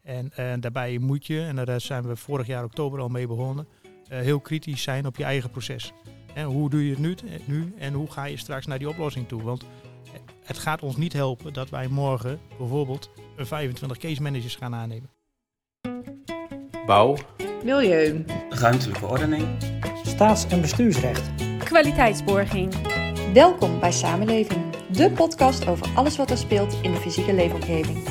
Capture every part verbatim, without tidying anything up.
En uh, daarbij moet je, en daar zijn we vorig jaar oktober al mee begonnen, uh, heel kritisch zijn op je eigen proces. En hoe doe je het nu, nu en hoe ga je straks naar die oplossing toe? Want het gaat ons niet helpen dat wij morgen bijvoorbeeld een vijfentwintig case managers gaan aannemen. Bouw. Milieu. Ruimtelijke ordening. Staats- en bestuursrecht. Kwaliteitsborging. Welkom bij Samenleving, de podcast over alles wat er speelt in de fysieke leefomgeving.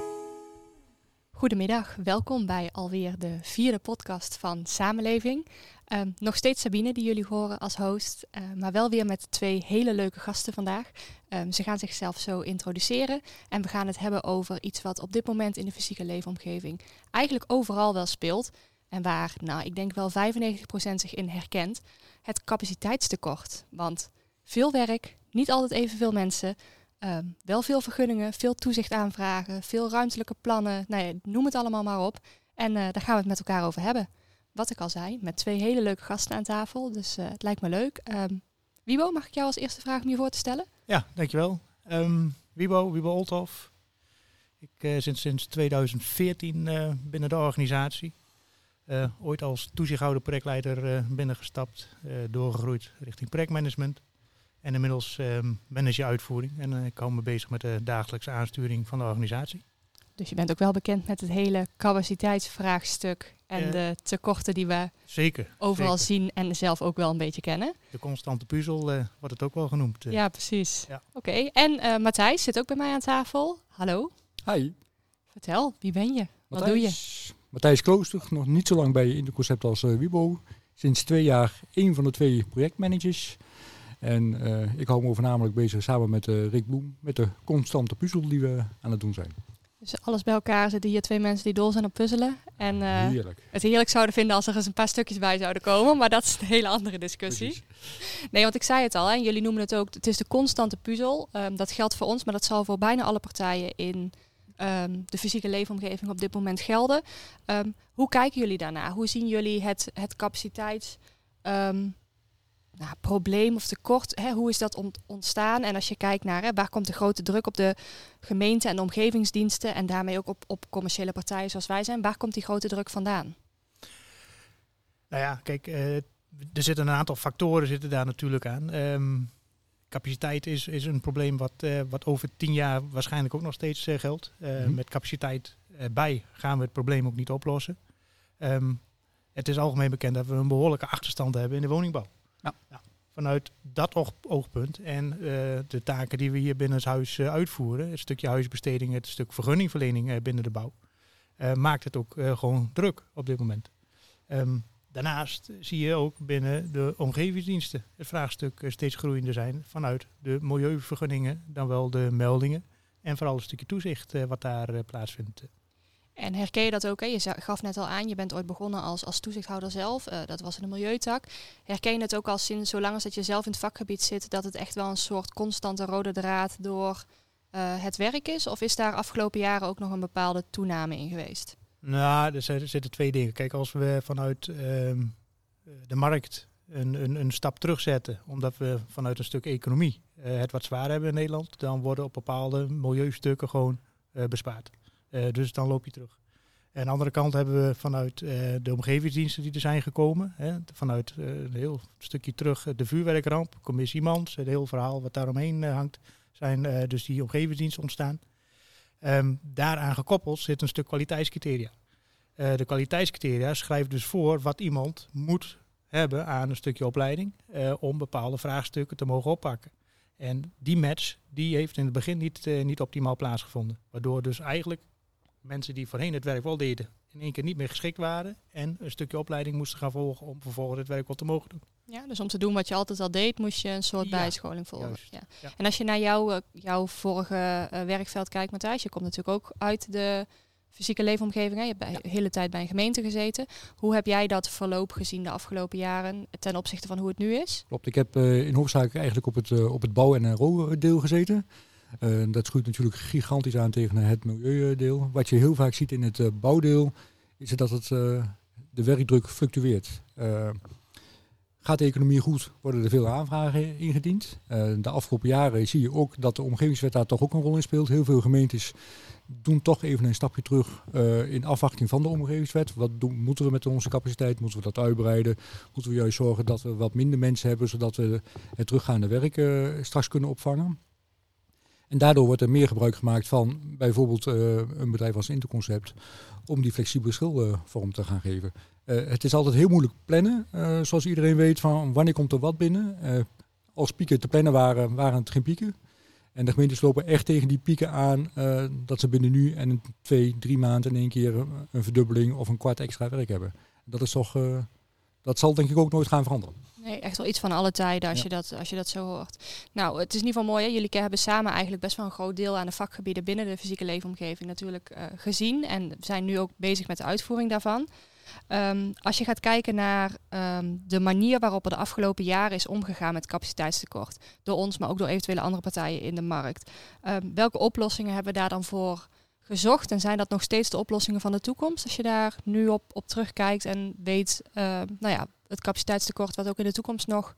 Goedemiddag, welkom bij alweer de vierde podcast van Samenleving. Um, nog steeds Sabine die jullie horen als host, uh, maar wel weer met twee hele leuke gasten vandaag. Um, ze gaan zichzelf zo introduceren en we gaan het hebben over iets wat op dit moment in de fysieke leefomgeving eigenlijk overal wel speelt. En waar, nou, ik denk wel vijfennegentig procent zich in herkent. Het capaciteitstekort. Want veel werk, niet altijd evenveel mensen, um, wel veel vergunningen, veel toezicht aanvragen, veel ruimtelijke plannen. Nou ja, noem het allemaal maar op. En uh, daar gaan we het met elkaar over hebben. Wat ik al zei, met twee hele leuke gasten aan tafel. Dus uh, het lijkt me leuk. Um, Wiebo, mag ik jou als eerste vragen om je voor te stellen? Ja, dankjewel. Um, Wiebo, Wiebo Olthoff. Ik uh, zit sinds tweeduizend veertien uh, binnen de organisatie. Uh, ooit als toezichthouder projectleider uh, binnengestapt, uh, doorgegroeid richting projectmanagement. En inmiddels uh, manager uitvoering. En uh, ik hou me bezig met de dagelijkse aansturing van de organisatie. Dus je bent ook wel bekend met het hele capaciteitsvraagstuk en uh, de tekorten die we zeker, overal zeker. zien en zelf ook wel een beetje kennen. De constante puzzel uh, wordt het ook wel genoemd. Uh. Ja, precies. Ja. Oké, okay. En uh, Matthijs zit ook bij mij aan tafel. Hallo. Hi. Vertel, wie ben je? Matthijs, Wat doe je? Matthijs Klooster, nog niet zo lang bij Interconcept als uh, Wiebo. Sinds twee jaar één van de twee projectmanagers. En uh, ik hou me voornamelijk bezig samen met uh, Rick Bloem met de constante puzzel die we aan het doen zijn. Dus alles bij elkaar zitten hier twee mensen die dol zijn op puzzelen. En uh, heerlijk. het heerlijk zouden vinden als er eens een paar stukjes bij zouden komen. Maar dat is een hele andere discussie. Precies. Nee, want ik zei het al, hè, jullie noemen het ook, het is de constante puzzel. Um, dat geldt voor ons, maar dat zal voor bijna alle partijen in um, de fysieke leefomgeving op dit moment gelden. Um, hoe kijken jullie daarnaar? Hoe zien jullie het, het capaciteits... Um, Nou, probleem of tekort, hè, hoe is dat ont- ontstaan? En als je kijkt naar hè, waar komt de grote druk op de gemeente en de omgevingsdiensten en daarmee ook op, op commerciële partijen zoals wij zijn, waar komt die grote druk vandaan? Nou ja, kijk, uh, er zitten een aantal factoren zitten daar natuurlijk aan. Um, capaciteit is, is een probleem wat, uh, wat over tien jaar waarschijnlijk ook nog steeds uh, geldt. Uh, mm-hmm. Met capaciteit uh, bij gaan we het probleem ook niet oplossen. Um, het is algemeen bekend dat we een behoorlijke achterstand hebben in de woningbouw. Ja. Ja, vanuit dat oog, oogpunt en uh, de taken die we hier binnen het huis uh, uitvoeren, het stukje huisbesteding, het stuk vergunningverlening uh, binnen de bouw, uh, maakt het ook uh, gewoon druk op dit moment. Um, daarnaast zie je ook binnen de omgevingsdiensten het vraagstuk uh, steeds groeiender zijn vanuit de milieuvergunningen, dan wel de meldingen en vooral een stukje toezicht uh, wat daar uh, plaatsvindt. En herken je dat ook? Hè? Je gaf net al aan, je bent ooit begonnen als, als toezichthouder zelf. Uh, dat was in de milieutak. Herken je het ook al sinds zolang als dat je zelf in het vakgebied zit, dat het echt wel een soort constante rode draad door uh, het werk is? Of is daar afgelopen jaren ook nog een bepaalde toename in geweest? Nou, er zitten twee dingen. Kijk, als we vanuit uh, de markt een, een, een stap terugzetten, omdat we vanuit een stuk economie uh, het wat zwaar hebben in Nederland, dan worden op bepaalde milieustukken gewoon uh, bespaard. Uh, dus dan loop je terug. En aan de andere kant hebben we vanuit uh, de omgevingsdiensten die er zijn gekomen, hè, vanuit uh, een heel stukje terug uh, de vuurwerkramp, commissie Mans, het hele verhaal wat daaromheen uh, hangt, zijn uh, dus die omgevingsdiensten ontstaan. Um, daaraan gekoppeld zit een stuk kwaliteitscriteria. Uh, de kwaliteitscriteria schrijven dus voor wat iemand moet hebben aan een stukje opleiding uh, om bepaalde vraagstukken te mogen oppakken. En die match die heeft in het begin niet, uh, niet optimaal plaatsgevonden. Waardoor dus eigenlijk mensen die voorheen het werk wel deden, in één keer niet meer geschikt waren en een stukje opleiding moesten gaan volgen om vervolgens het werk wel te mogen doen. Ja, dus om te doen wat je altijd al deed, moest je een soort ja, bijscholing volgen. Ja. Ja. En als je naar jouw, uh, jouw vorige uh, werkveld kijkt, Matthijs, je komt natuurlijk ook uit de fysieke leefomgeving. Hè? Je hebt bij, ja. de hele tijd bij een gemeente gezeten. Hoe heb jij dat verloop gezien de afgelopen jaren ten opzichte van hoe het nu is? Klopt, ik heb uh, in hoofdzaak eigenlijk op het, uh, op het bouw- en ro-deel gezeten. Uh, dat schuurt natuurlijk gigantisch aan tegen het milieudeel. Wat je heel vaak ziet in het uh, bouwdeel is dat het, uh, de werkdruk fluctueert. Uh, gaat de economie goed, worden er veel aanvragen ingediend. Uh, de afgelopen jaren zie je ook dat de omgevingswet daar toch ook een rol in speelt. Heel veel gemeentes doen toch even een stapje terug uh, in afwachting van de omgevingswet. Wat doen, moeten we met onze capaciteit? Moeten we dat uitbreiden? Moeten we juist zorgen dat we wat minder mensen hebben, zodat we het teruggaande werk uh, straks kunnen opvangen? En daardoor wordt er meer gebruik gemaakt van bijvoorbeeld uh, een bedrijf als Interconcept om die flexibele schilvorm te gaan geven. Uh, het is altijd heel moeilijk plannen, uh, zoals iedereen weet, van wanneer komt er wat binnen. Uh, als pieken te plannen waren, waren het geen pieken. En de gemeentes lopen echt tegen die pieken aan uh, dat ze binnen nu en twee, drie maanden in één keer een verdubbeling of een kwart extra werk hebben. Dat is toch, uh, dat zal denk ik ook nooit gaan veranderen. Nee, echt wel iets van alle tijden als, ja. je, dat, als je dat zo hoort. Nou, het is in ieder geval mooi. Hè? Jullie hebben samen eigenlijk best wel een groot deel aan de vakgebieden binnen de fysieke leefomgeving natuurlijk uh, gezien. En zijn nu ook bezig met de uitvoering daarvan. Um, als je gaat kijken naar um, de manier waarop er de afgelopen jaren is omgegaan met capaciteitstekort. Door ons, maar ook door eventuele andere partijen in de markt. Um, welke oplossingen hebben we daar dan voor gezocht? En zijn dat nog steeds de oplossingen van de toekomst? Als je daar nu op, op terugkijkt en weet, uh, nou ja, het capaciteitstekort wat ook in de toekomst nog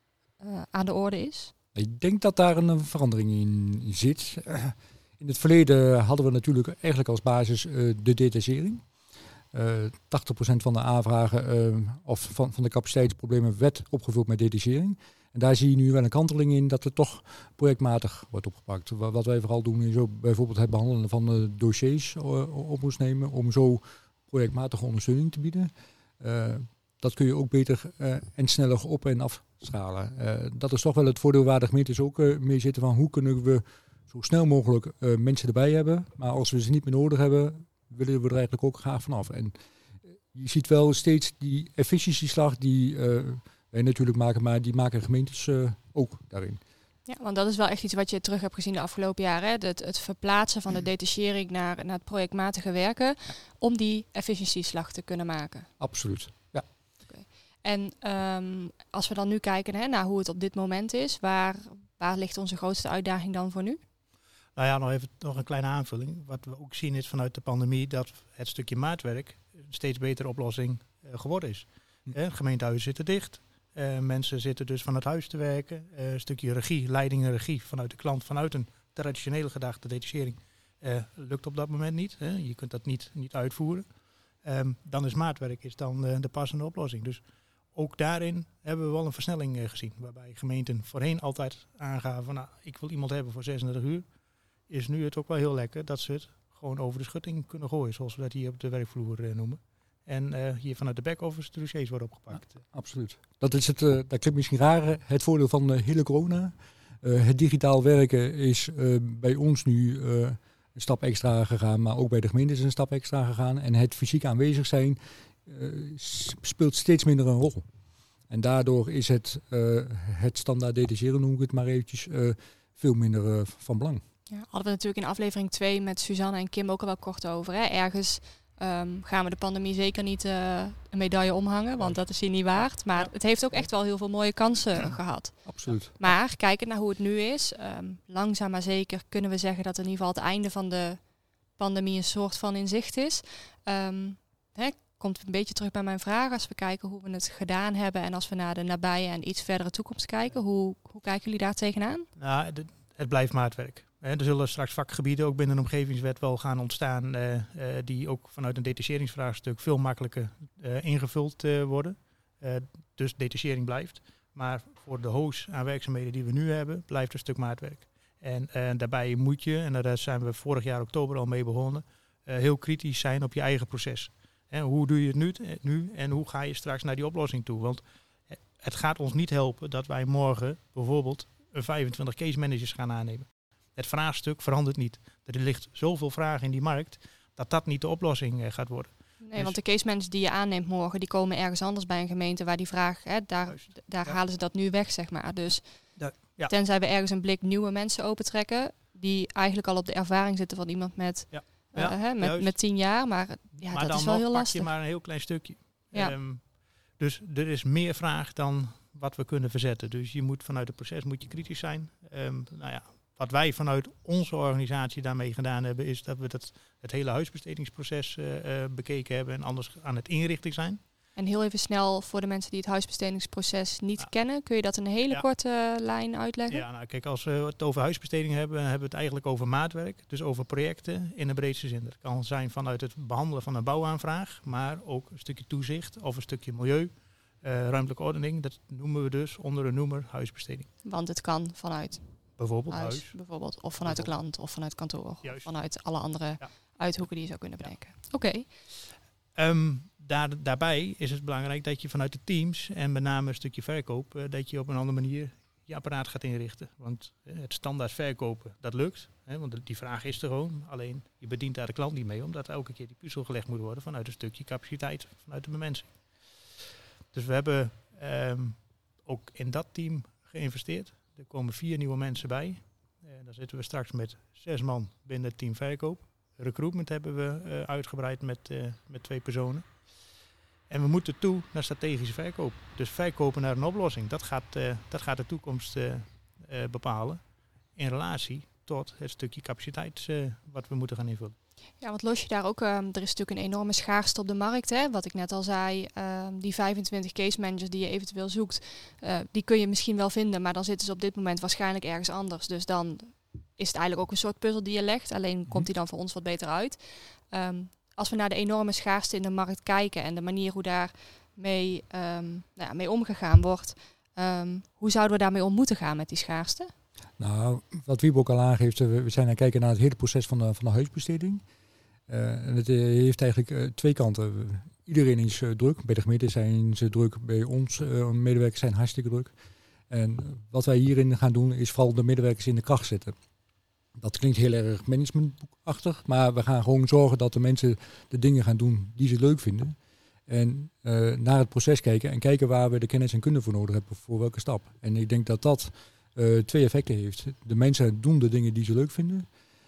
uh, aan de orde is? Ik denk dat daar een verandering in zit. Uh, in het verleden hadden we natuurlijk eigenlijk als basis uh, de detachering. Uh, tachtig procent van de aanvragen uh, of van, van de capaciteitsproblemen werd opgevuld met detachering. En daar zie je nu wel een kanteling in dat het toch projectmatig wordt opgepakt. Wat wij vooral doen is ook bijvoorbeeld het behandelen van de dossiers uh, op ons nemen om zo projectmatige ondersteuning te bieden. Uh, dat kun je ook beter uh, en sneller op- en afschalen. Uh, dat is toch wel het voordeel waar de gemeentes ook uh, mee zitten van hoe kunnen we zo snel mogelijk uh, mensen erbij hebben. Maar als we ze niet meer nodig hebben, willen we er eigenlijk ook graag vanaf. En je ziet wel steeds die efficiëntieslag die uh, wij natuurlijk maken, maar die maken gemeentes uh, ook daarin. Ja, want dat is wel echt iets wat je terug hebt gezien de afgelopen jaren. Hè? Het, het verplaatsen van de detachering naar, naar het projectmatige werken, ja, om die efficiëntieslag te kunnen maken. Absoluut, ja. Okay. En um, als we dan nu kijken hè, naar hoe het op dit moment is, waar, waar ligt onze grootste uitdaging dan voor nu? Nou ja, nog even nog een kleine aanvulling. Wat we ook zien is vanuit de pandemie dat het stukje maatwerk een steeds betere oplossing uh, geworden is. Hm. Uh, gemeentehuizen zitten dicht. Uh, mensen zitten dus van het huis te werken. Uh, een stukje regie, leiding en regie vanuit de klant, vanuit een traditionele gedachte, detachering, uh, lukt op dat moment niet. Hè. Je kunt dat niet, niet uitvoeren. Um, dan is maatwerk is dan uh, de passende oplossing. Dus ook daarin hebben we wel een versnelling uh, gezien. Waarbij gemeenten voorheen altijd aangaven van nou, ik wil iemand hebben voor zesendertig uur. Is nu het ook wel heel lekker dat ze het gewoon over de schutting kunnen gooien, zoals we dat hier op de werkvloer uh, noemen. En uh, hier vanuit de back-office de dossiers worden opgepakt. Ja, absoluut. Dat is het, uh, dat klinkt misschien raar, het voordeel van de hele corona. Uh, het digitaal werken is uh, bij ons nu uh, een stap extra gegaan, maar ook bij de gemeente is een stap extra gegaan. En het fysiek aanwezig zijn uh, speelt steeds minder een rol. En daardoor is het, uh, het standaard detacheren, noem ik het maar eventjes, uh, veel minder uh, van belang. Ja, hadden we natuurlijk in aflevering twee met Suzanne en Kim ook al wel kort over. Hè? Ergens um, gaan we de pandemie zeker niet uh, een medaille omhangen, want dat is hier niet waard. Maar het heeft ook echt wel heel veel mooie kansen ja, gehad. Absoluut. Maar kijkend naar hoe het nu is, um, langzaam maar zeker kunnen we zeggen dat in ieder geval het einde van de pandemie een soort van in zicht is. Um, hè, komt een beetje terug bij mijn vraag. Als we kijken hoe we het gedaan hebben en als we naar de nabije en iets verdere toekomst kijken, hoe, hoe kijken jullie daar tegenaan? Nou, de, het blijft maatwerk. Er zullen straks vakgebieden ook binnen de omgevingswet wel gaan ontstaan uh, uh, die ook vanuit een detacheringsvraagstuk veel makkelijker uh, ingevuld uh, worden. Uh, dus detachering blijft. Maar voor de hoos aan werkzaamheden die we nu hebben, blijft een stuk maatwerk. En uh, daarbij moet je, en daar zijn we vorig jaar oktober al mee begonnen, uh, heel kritisch zijn op je eigen proces. Hè, hoe doe je het nu, nu en hoe ga je straks naar die oplossing toe? Want het gaat ons niet helpen dat wij morgen bijvoorbeeld een vijfentwintig case managers gaan aannemen. Het vraagstuk verandert niet. Er ligt zoveel vragen in die markt dat dat niet de oplossing uh, gaat worden. Nee, dus want de case managers die je aanneemt morgen, die komen ergens anders bij een gemeente waar die vraag, hè, daar, daar ja. halen ze dat nu weg, zeg maar. Dus ja. Ja. tenzij we ergens een blik nieuwe mensen opentrekken, die eigenlijk al op de ervaring zitten van iemand met, ja. Uh, ja, hè, met, met tien jaar. Maar ja, maar dat is wel heel lastig. pak je maar een heel klein stukje. Ja. Um, dus er is meer vraag dan wat we kunnen verzetten. Dus je moet vanuit het proces moet je kritisch zijn. Um, nou ja. Wat wij vanuit onze organisatie daarmee gedaan hebben, is dat we dat, het hele huisbestedingsproces uh, uh, bekeken hebben en anders aan het inrichting zijn. En heel even snel voor de mensen die het huisbestedingsproces niet ja. kennen. Kun je dat in een hele ja. korte uh, lijn uitleggen? Ja, nou kijk, als we het over huisbesteding hebben, hebben we het eigenlijk over maatwerk. Dus over projecten in de breedste zin. Dat kan zijn vanuit het behandelen van een bouwaanvraag, maar ook een stukje toezicht of een stukje milieu, uh, ruimtelijke ordening. Dat noemen we dus onder de noemer huisbesteding. Want het kan vanuit bijvoorbeeld huis, huis. Bijvoorbeeld, of vanuit de klant, of vanuit kantoor. Juist. Of vanuit alle andere ja. uithoeken die je zou kunnen bedenken. Ja. Oké. Okay. Um, daar, daarbij is het belangrijk dat je vanuit de teams en met name een stukje verkoop, uh, dat je op een andere manier je apparaat gaat inrichten. Want uh, het standaard verkopen, dat lukt. Hè, want die vraag is er gewoon. Alleen je bedient daar de klant niet mee, omdat elke keer die puzzel gelegd moet worden vanuit een stukje capaciteit, vanuit de bemensing. Dus we hebben um, ook in dat team geïnvesteerd. Er komen vier nieuwe mensen bij. Uh, dan zitten we straks met zes man binnen het team verkoop. Recruitment hebben we uh, uitgebreid met, uh, met twee personen. En we moeten toe naar strategische verkoop. Dus verkopen naar een oplossing. Dat gaat, uh, dat gaat de toekomst uh, uh, bepalen. In relatie tot het stukje capaciteit uh, wat we moeten gaan invullen. Ja, want los je daar ook, uh, er is natuurlijk een enorme schaarste op de markt. Hè? Wat ik net al zei, uh, die vijfentwintig case managers die je eventueel zoekt, uh, die kun je misschien wel vinden. Maar dan zitten ze op dit moment waarschijnlijk ergens anders. Dus dan is het eigenlijk ook een soort puzzel die je legt. Alleen mm-hmm. komt die dan voor ons wat beter uit. Um, als we naar de enorme schaarste in de markt kijken en de manier hoe daar mee, um, nou ja, mee omgegaan wordt. Um, hoe zouden we daarmee om moeten gaan met die schaarste? Nou, wat Wiebe ook al aangeeft, we zijn aan het kijken naar het hele proces van de, van de huisbesteding. Uh, en het uh, heeft eigenlijk uh, twee kanten. Iedereen is uh, druk. Bij de gemeente zijn ze druk. Bij ons uh, medewerkers zijn hartstikke druk. En wat wij hierin gaan doen is vooral de medewerkers in de kracht zetten. Dat klinkt heel erg managementachtig, maar we gaan gewoon zorgen dat de mensen de dingen gaan doen die ze leuk vinden. En uh, naar het proces kijken en kijken waar we de kennis en kunde voor nodig hebben voor welke stap. En ik denk dat dat uh, twee effecten heeft. De mensen doen de dingen die ze leuk vinden.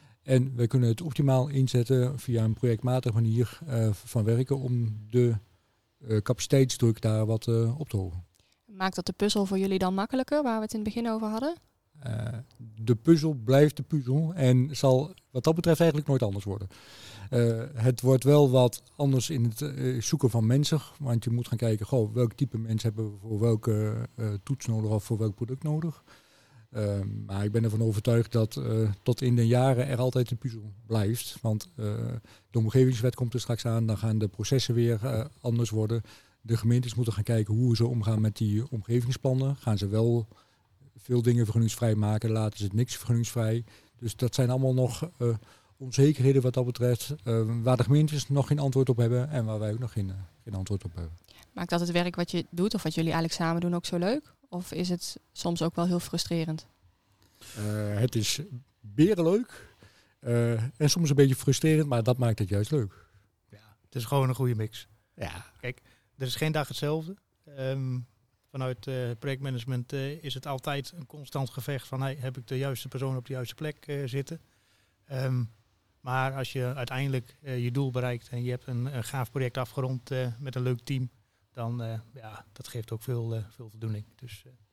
En we kunnen het optimaal inzetten via een projectmatige manier uh, van werken om de uh, capaciteitsdruk daar wat uh, op te hogen. Maakt dat de puzzel voor jullie dan makkelijker, waar we het in het begin over hadden? Uh, de puzzel blijft de puzzel en zal wat dat betreft eigenlijk nooit anders worden. Uh, het wordt wel wat anders in het uh, zoeken van mensen, want je moet gaan kijken, goh, welk type mensen hebben we voor welke uh, toets nodig of voor welk product nodig. Uh, maar ik ben ervan overtuigd dat uh, tot in de jaren er altijd een puzzel blijft. Want uh, de omgevingswet komt er straks aan, dan gaan de processen weer uh, anders worden. De gemeentes moeten gaan kijken hoe ze omgaan met die omgevingsplannen. Gaan ze wel veel dingen vergunningsvrij maken, laten ze het niks vergunningsvrij. Dus dat zijn allemaal nog uh, onzekerheden wat dat betreft, uh, waar de gemeentes nog geen antwoord op hebben en waar wij ook nog geen, uh, geen antwoord op hebben. Maakt dat het werk wat je doet of wat jullie eigenlijk samen doen ook zo leuk? Of is het soms ook wel heel frustrerend? Uh, het is berenleuk uh, en soms een beetje frustrerend, maar dat maakt het juist leuk. Ja, het is gewoon een goede mix. Ja. Kijk, er is geen dag hetzelfde. Um, vanuit uh, projectmanagement uh, is het altijd een constant gevecht van hey, heb ik de juiste persoon op de juiste plek uh, zitten. Um, maar als je uiteindelijk uh, je doel bereikt en je hebt een, een gaaf project afgerond uh, met een leuk team, dan uh, ja, dat geeft ook veel, uh, veel voldoening. Dus, uh.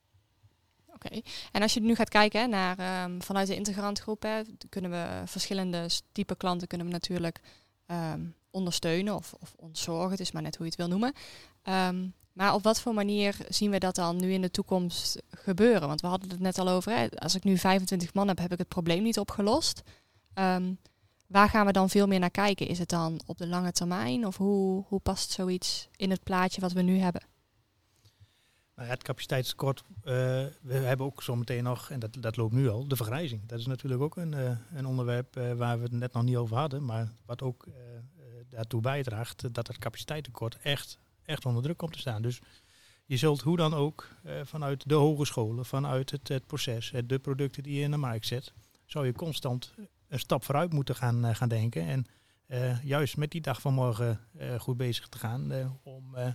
Oké, okay. En als je nu gaat kijken hè, naar um, vanuit de integrantgroep, hè, kunnen we verschillende type klanten kunnen we natuurlijk um, ondersteunen of, of ontzorgen. Het is maar net hoe je het wil noemen. Um, maar op wat voor manier zien we dat dan nu in de toekomst gebeuren? Want we hadden het net al over, hè, als ik nu vijfentwintig man heb, heb ik het probleem niet opgelost. Um, waar gaan we dan veel meer naar kijken? Is het dan op de lange termijn? Of hoe, hoe past zoiets in het plaatje wat we nu hebben? Nou ja, het capaciteitstekort, uh, we hebben ook zometeen nog, en dat, dat loopt nu al, de vergrijzing. Dat is natuurlijk ook een, uh, een onderwerp uh, waar we het net nog niet over hadden, maar wat ook uh, uh, daartoe bijdraagt uh, dat het capaciteitstekort echt, echt onder druk komt te staan. Dus je zult hoe dan ook uh, vanuit de hogescholen, vanuit het, het proces, uh, de producten die je in de markt zet, zou je constant een stap vooruit moeten gaan, uh, gaan denken. En uh, juist met die dag van morgen uh, goed bezig te gaan uh, om uh,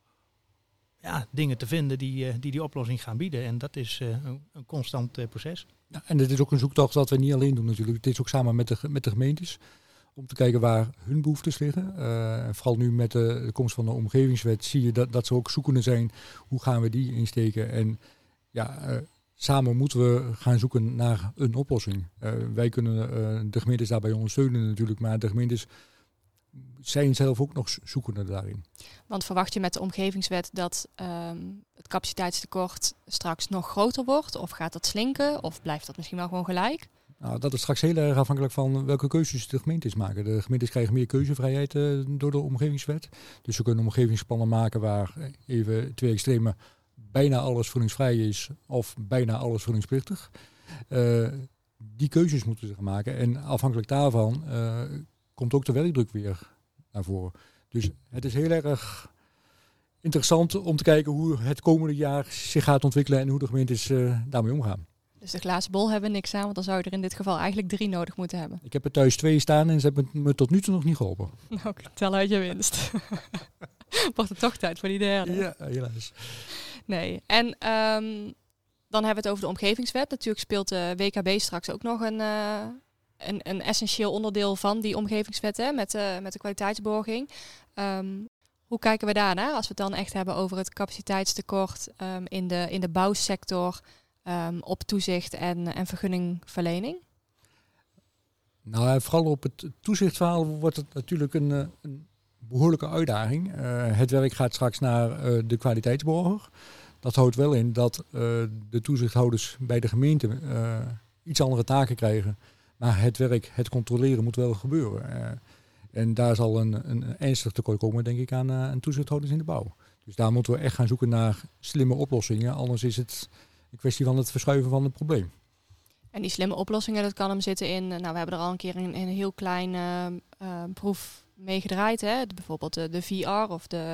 ja, dingen te vinden die, uh, die die oplossing gaan bieden. En dat is uh, een, een constant uh, proces. Ja, en het is ook een zoektocht dat we niet alleen doen natuurlijk. Het is ook samen met de, met de gemeentes. Om te kijken waar hun behoeftes liggen. Uh, vooral nu met de, de komst van de omgevingswet zie je dat, dat ze ook zoekende zijn. Hoe gaan we die insteken? En ja, uh, samen moeten we gaan zoeken naar een oplossing. Uh, wij kunnen uh, de gemeentes daarbij ondersteunen natuurlijk. Maar de gemeentes zijn zelf ook nog zoekende daarin. Want verwacht je met de omgevingswet dat um, het capaciteitstekort straks nog groter wordt? Of gaat dat slinken? Of blijft dat misschien wel gewoon gelijk? Nou, dat is straks heel erg afhankelijk van welke keuzes de gemeentes maken. De gemeentes krijgen meer keuzevrijheid uh, door de omgevingswet. Dus ze kunnen omgevingsplannen maken waar even twee extreme bijna alles vergunningsvrij is of bijna alles vergunningsplichtig. Uh, die keuzes moeten ze gaan maken. En afhankelijk daarvan uh, komt ook de werkdruk weer naar voren. Dus het is heel erg interessant om te kijken hoe het komende jaar zich gaat ontwikkelen en hoe de gemeentes uh, daarmee omgaan. Dus de glazen bol hebben we niks aan, want dan zou je er in dit geval eigenlijk drie nodig moeten hebben. Ik heb er thuis twee staan en ze hebben me tot nu toe nog niet geholpen. Nou, tel uit je winst. Wordt het toch tijd voor die derde? Ja, helaas. Nee, en um, dan hebben we het over de omgevingswet. Natuurlijk speelt de W K B straks ook nog een, uh, een, een essentieel onderdeel van die omgevingswet, hè, met, uh, met de kwaliteitsborging. Um, hoe kijken we daarnaar als we het dan echt hebben over het capaciteitstekort um, in, de, in de bouwsector um, op toezicht en, en vergunningverlening? Nou, vooral op het toezichtverhaal wordt het natuurlijk een, een behoorlijke uitdaging. Uh, het werk gaat straks naar uh, de kwaliteitsborger. Dat houdt wel in dat uh, de toezichthouders bij de gemeente uh, iets andere taken krijgen. Maar het werk, het controleren moet wel gebeuren. Uh, en daar zal een, een ernstig tekort komen, denk ik, aan, uh, aan toezichthouders in de bouw. Dus daar moeten we echt gaan zoeken naar slimme oplossingen. Anders is het een kwestie van het verschuiven van het probleem. En die slimme oplossingen, dat kan hem zitten in... Nou, we hebben er al een keer een, een heel klein uh, uh, proef mee gedraaid. Hè? Bijvoorbeeld de, de V R of de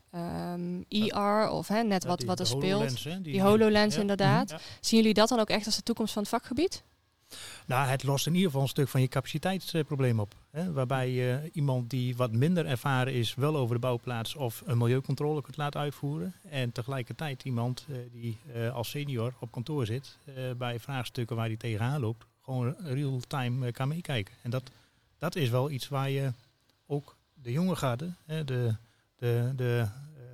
um, E R of hè, net ja, wat, die, wat er speelt. HoloLens, die, die HoloLens ja. inderdaad. Ja. Zien jullie dat dan ook echt als de toekomst van het vakgebied? Nou, het lost in ieder geval een stuk van je capaciteitsprobleem op. Hè? Waarbij je uh, iemand die wat minder ervaren is wel over de bouwplaats of een milieucontrole kunt laten uitvoeren. En tegelijkertijd iemand uh, die uh, als senior op kantoor zit uh, bij vraagstukken waar hij tegenaan loopt, gewoon real-time uh, kan meekijken. En dat, dat is wel iets waar je ook de jonge garde, hè, de, de, de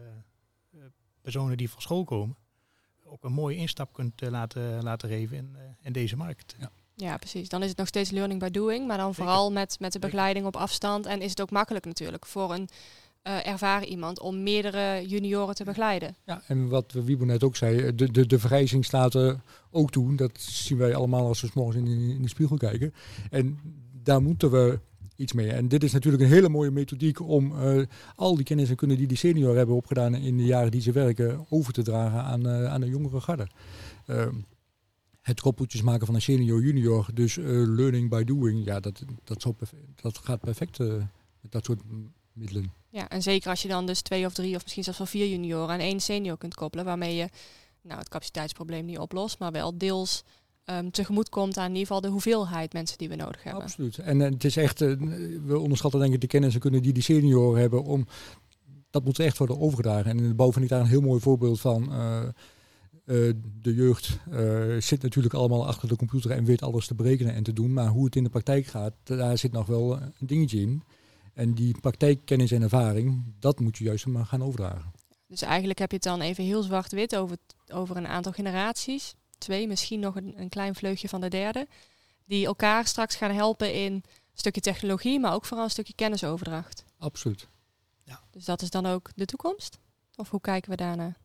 uh, personen die van school komen, ook een mooie instap kunt uh, laten, laten geven in, uh, in deze markt. Ja. Ja, precies. Dan is het nog steeds learning by doing, maar dan vooral met, met de begeleiding op afstand. En is het ook makkelijk natuurlijk voor een uh, ervaren iemand om meerdere junioren te begeleiden. Ja, en wat Wiebo net ook zei, de, de, de vergrijzing slaat er ook toe. Dat zien wij allemaal als we 's morgens in de, in de spiegel kijken. En daar moeten we iets mee. En dit is natuurlijk een hele mooie methodiek om uh, al die kennis en kunde die die senior hebben opgedaan in de jaren die ze werken, over te dragen aan, uh, aan de jongere garde. Uh, Het koppeltjes maken van een senior junior, dus uh, learning by doing, ja, dat, dat, zo perfect, dat gaat perfect uh, met dat soort middelen. Ja, en zeker als je dan dus twee of drie of misschien zelfs wel vier junioren aan één senior kunt koppelen, waarmee je nou, het capaciteitsprobleem niet oplost, maar wel deels um, tegemoet komt aan in ieder geval de hoeveelheid mensen die we nodig hebben. Absoluut. En uh, het is echt, uh, we onderschatten denk ik de kennis en kunnen die die senioren hebben, om dat moet echt worden overgedragen. En in de bouw vind ik daar een heel mooi voorbeeld van. Uh, Uh, de jeugd uh, zit natuurlijk allemaal achter de computer en weet alles te berekenen en te doen. Maar hoe het in de praktijk gaat, daar zit nog wel een dingetje in. En die praktijkkennis en ervaring, dat moet je juist maar gaan overdragen. Dus eigenlijk heb je het dan even heel zwart-wit over, over een aantal generaties. Twee, misschien nog een, een klein vleugje van de derde. Die elkaar straks gaan helpen in een stukje technologie, maar ook vooral een stukje kennisoverdracht. Absoluut. Ja. Dus dat is dan ook de toekomst? Of hoe kijken we daarnaar?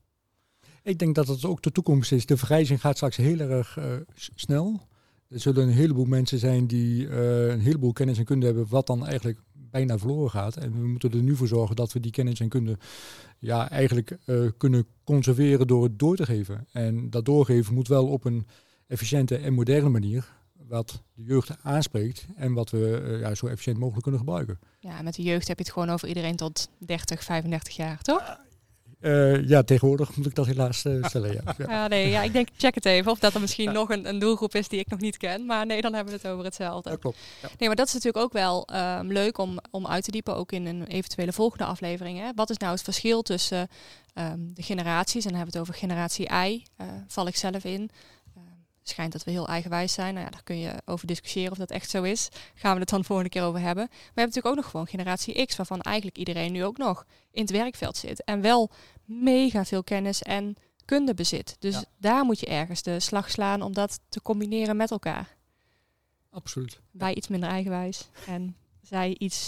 Ik denk dat het ook de toekomst is. De vergrijzing gaat straks heel erg uh, snel. Er zullen een heleboel mensen zijn die uh, een heleboel kennis en kunde hebben, wat dan eigenlijk bijna verloren gaat. En we moeten er nu voor zorgen dat we die kennis en kunde ja, eigenlijk uh, kunnen conserveren door het door te geven. En dat doorgeven moet wel op een efficiënte en moderne manier, wat de jeugd aanspreekt en wat we uh, ja, zo efficiënt mogelijk kunnen gebruiken. Ja, met de jeugd heb je het gewoon over iedereen tot dertig, vijfendertig jaar, toch? Uh, ja, tegenwoordig moet ik dat helaas uh, stellen, ja. ja. Ja, nee, ja, ik denk, check het even of dat er misschien ja. nog een, een doelgroep is die ik nog niet ken. Maar nee, dan hebben we het over hetzelfde. Dat klopt. Ja. Nee, maar dat is natuurlijk ook wel um, leuk om, om uit te diepen, ook in een eventuele volgende aflevering. Hè. Wat is nou het verschil tussen um, de generaties? En dan hebben we het over generatie I, uh, val ik zelf in. Uh, schijnt dat we heel eigenwijs zijn. Nou ja, daar kun je over discussiëren of dat echt zo is. Gaan we het dan de volgende keer over hebben. Maar we hebben natuurlijk ook nog gewoon generatie X, waarvan eigenlijk iedereen nu ook nog in het werkveld zit. En wel mega veel kennis en kunde bezit. Dus ja. daar moet je ergens de slag slaan om dat te combineren met elkaar. Absoluut. Wij ja. iets minder eigenwijs en zij iets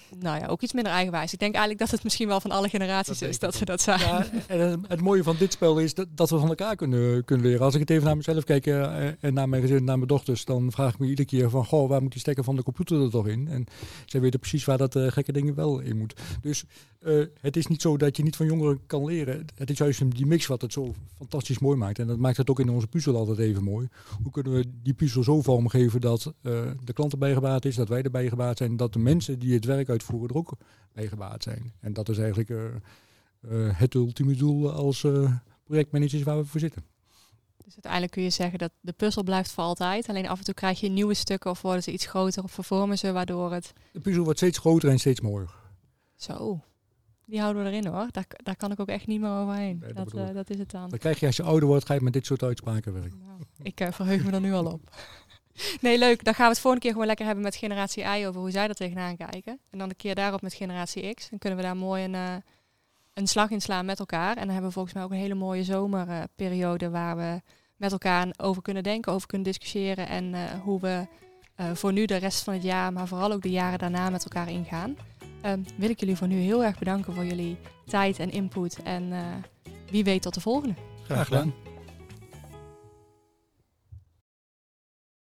Nou ja, ook iets minder eigenwijs. Ik denk eigenlijk dat het misschien wel van alle generaties Dat is denk dat ik we dat zijn. Ja, en het, het mooie van dit spel is dat, dat we van elkaar kunnen, kunnen leren. Als ik het even naar mezelf kijk uh, en naar mijn gezin, naar mijn dochters, dan vraag ik me iedere keer van, goh, waar moet die stekker van de computer er toch in? En zij weten precies waar dat uh, gekke dingen wel in moet. Dus uh, het is niet zo dat je niet van jongeren kan leren. Het is juist die mix wat het zo fantastisch mooi maakt. En dat maakt het ook in onze puzzel altijd even mooi. Hoe kunnen we die puzzel zo vormgeven dat uh, de klant erbij gebaat is, dat wij erbij gebaat zijn, dat de mensen die het werk uitvoeren er ook bij gebaat zijn. En dat is eigenlijk uh, uh, het ultieme doel als uh, projectmanagers waar we voor zitten. Dus uiteindelijk kun je zeggen dat de puzzel blijft voor altijd. Alleen af en toe krijg je nieuwe stukken of worden ze iets groter of vervormen ze waardoor het... De puzzel wordt steeds groter en steeds mooier. Zo, die houden we erin hoor. Daar, daar kan ik ook echt niet meer overheen. Nee, dat, dat, uh, dat is het dan. Dan krijg je als je ouder wordt, ga je met dit soort uitspraken werken. Nou, ik uh, verheug me er nu al op. Nee, leuk. Dan gaan we het volgende keer gewoon lekker hebben met generatie Y over hoe zij er tegenaan kijken. En dan de keer daarop met generatie X. Dan kunnen we daar mooi een, uh, een slag in slaan met elkaar. En dan hebben we volgens mij ook een hele mooie zomerperiode uh, waar we met elkaar over kunnen denken, over kunnen discussiëren. En uh, hoe we uh, voor nu de rest van het jaar, maar vooral ook de jaren daarna met elkaar ingaan. Uh, wil ik jullie voor nu heel erg bedanken voor jullie tijd en input. En uh, wie weet tot de volgende. Graag gedaan.